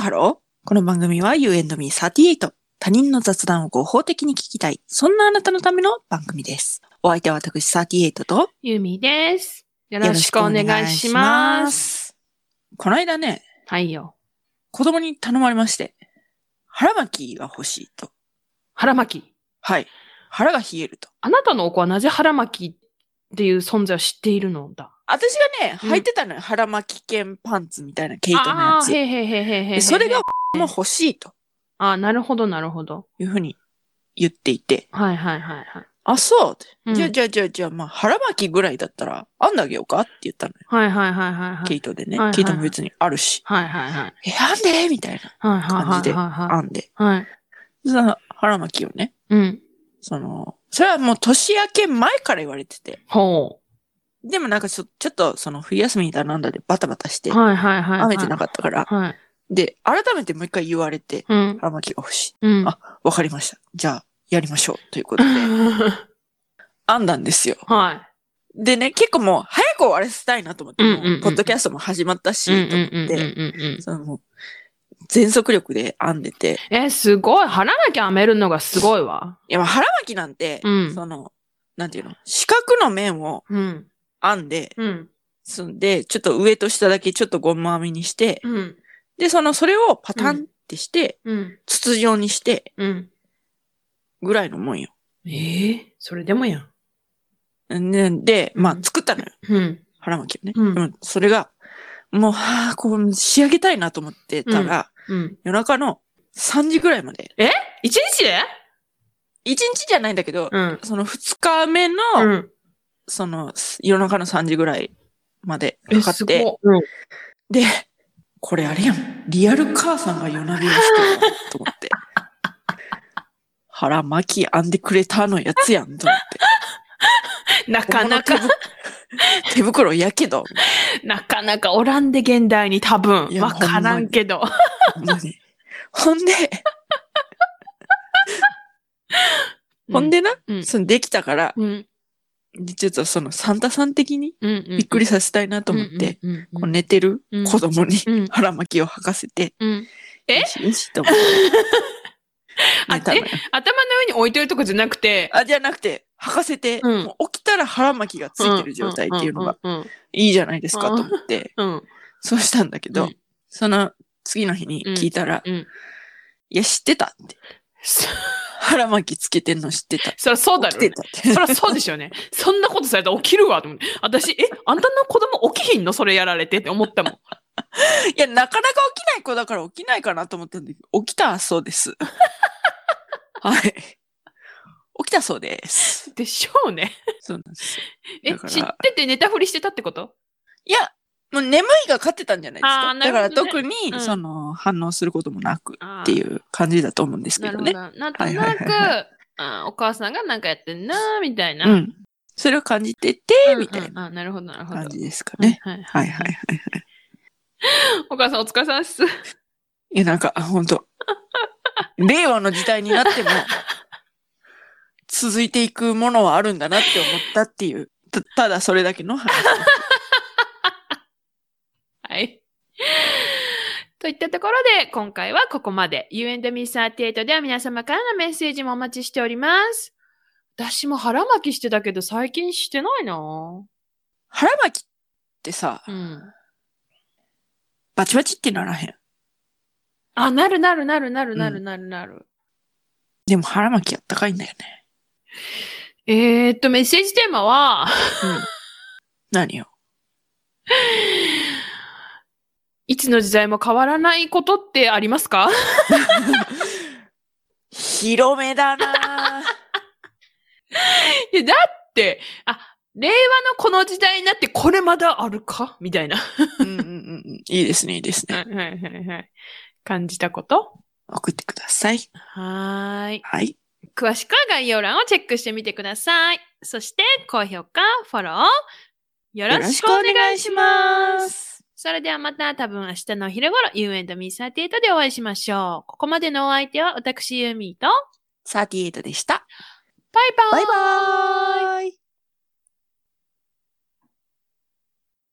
ハロー。この番組は You and me38。他人の雑談を合法的に聞きたい。そんなあなたのための番組です。お相手は私38とユミです。よろしくお願いします。 この間ね。 はいよ。 子供に頼まれまして。腹巻きが欲しいと。 腹巻き？ はい。腹が冷えると。 あなたのお子はなぜ腹巻きっていう存在を知っているのだ？ 私がね、履いてたのよ。腹巻き兼パンツみたいな毛糸のやつ。 へ。 それがもう欲しいと。 なるほど、なるほど。 いうふうに言っていて。 はい。 あ、そう。じゃあ、まあ、腹巻きぐらいだったら、編んであげようかって言ったのよ。 はい。 毛糸でね。毛糸も別にあるし。 はい。 編んでみたいな感じで編んで。 はい。 その腹巻きをね。 うん。 それはもう年明け前から言われてて。 ほう。でもなんかちょっと冬休みだなんだでバタバタして。 はい。 編めてなかったから。 はい。 で、改めてもう一回言われて。 うん。 腹巻きが欲しい。 うん。 あ、わかりました。じゃあ、やりましょう。ということで。編んだんですよ。 はい。 でね、結構もう早く終わらせたいなと思って、ポッドキャストも始まったし、と思って、全速力で編んでて。 すごい。腹巻き編めるのがすごいわ。 いや、腹巻きなんて、なんていうの、四角の面を編んで、で、ちょっと上と下だけちょっとゴム編みにして、で、それをパタンってして、筒状にして、ぐらいのもんよ。 それでもやん。 で、まあ、作ったのよ。腹巻きをね。それが、もう、こう、仕上げたいなと思ってたら、夜中の3時ぐらいまで。 1日で ?1 日じゃないんだけど、2日目の、夜中の3時ぐらいまでかかって、で、これあれやん。リアル母さんが夜なべをしてると思って。腹巻き編んでくれたのやつやんと思って。 なかなか手袋やけど。 なかなかおらんで現代に多分。わからんけど。 ほんでな、できたから、ちょっとサンタさん的にびっくりさせたいなと思って、こう寝てる子供に腹巻きを履かせて、よしと思って。 頭の上に置いてるとこじゃなくて。 じゃなくて、履かせて、もう起きたら腹巻きがついてる状態っていうのがいいじゃないですかと思って、そうしたんだけど、その次の日に聞いたら、いや、知ってたって。腹巻きつけてんの知ってた。 そりゃそうだろうね。そりゃそうでしょうね。そんなことされたら起きるわと思って。私、あんたの子供起きひんのそれやられてって思ったもん。 いや、なかなか起きない子だから起きないかなと思ったんだけど、起きたそうです。はい。起きたそうです。 でしょうね。 そうなんですよ。知ってて寝たふりしてたってこと？ いや、もう眠いが勝ってたんじゃないですか。だから特に、反応することもなくっていう感じだと思うんですけどね。 なんとなく、お母さんがなんかやってんなーみたいな。 それを感じてて、みたいな。 なるほど。 感じですかね。はい。 お母さんお疲れ様です。 いや、なんか、ほんと。令和の時代になっても、続いていくものはあるんだなって思ったっていう、ただそれだけの話。 はい。といったところで、今回はここまで。You and me38 では皆様からのメッセージもお待ちしております。私も腹巻きしてたけど最近してないな。 腹巻きってさ、バチバチってならへん。 なる。 でも腹巻きあったかいんだよね。 メッセージテーマは、 何よ。 いつの時代も変わらないことってありますか？ 広めだな。 いや、だって、令和のこの時代になってこれまだあるかみたいな。 いいですね。 はい。感じたこと送ってください。 はい。 詳しくは概要欄をチェックしてみてください。そして、高評価、フォロー、よろしくお願いします。それではまた多分明日のお昼頃、You and me38 でお会いしましょう。ここまでのお相手は私ユーミーと 38でした。 バイバーイ。 バイバーイ。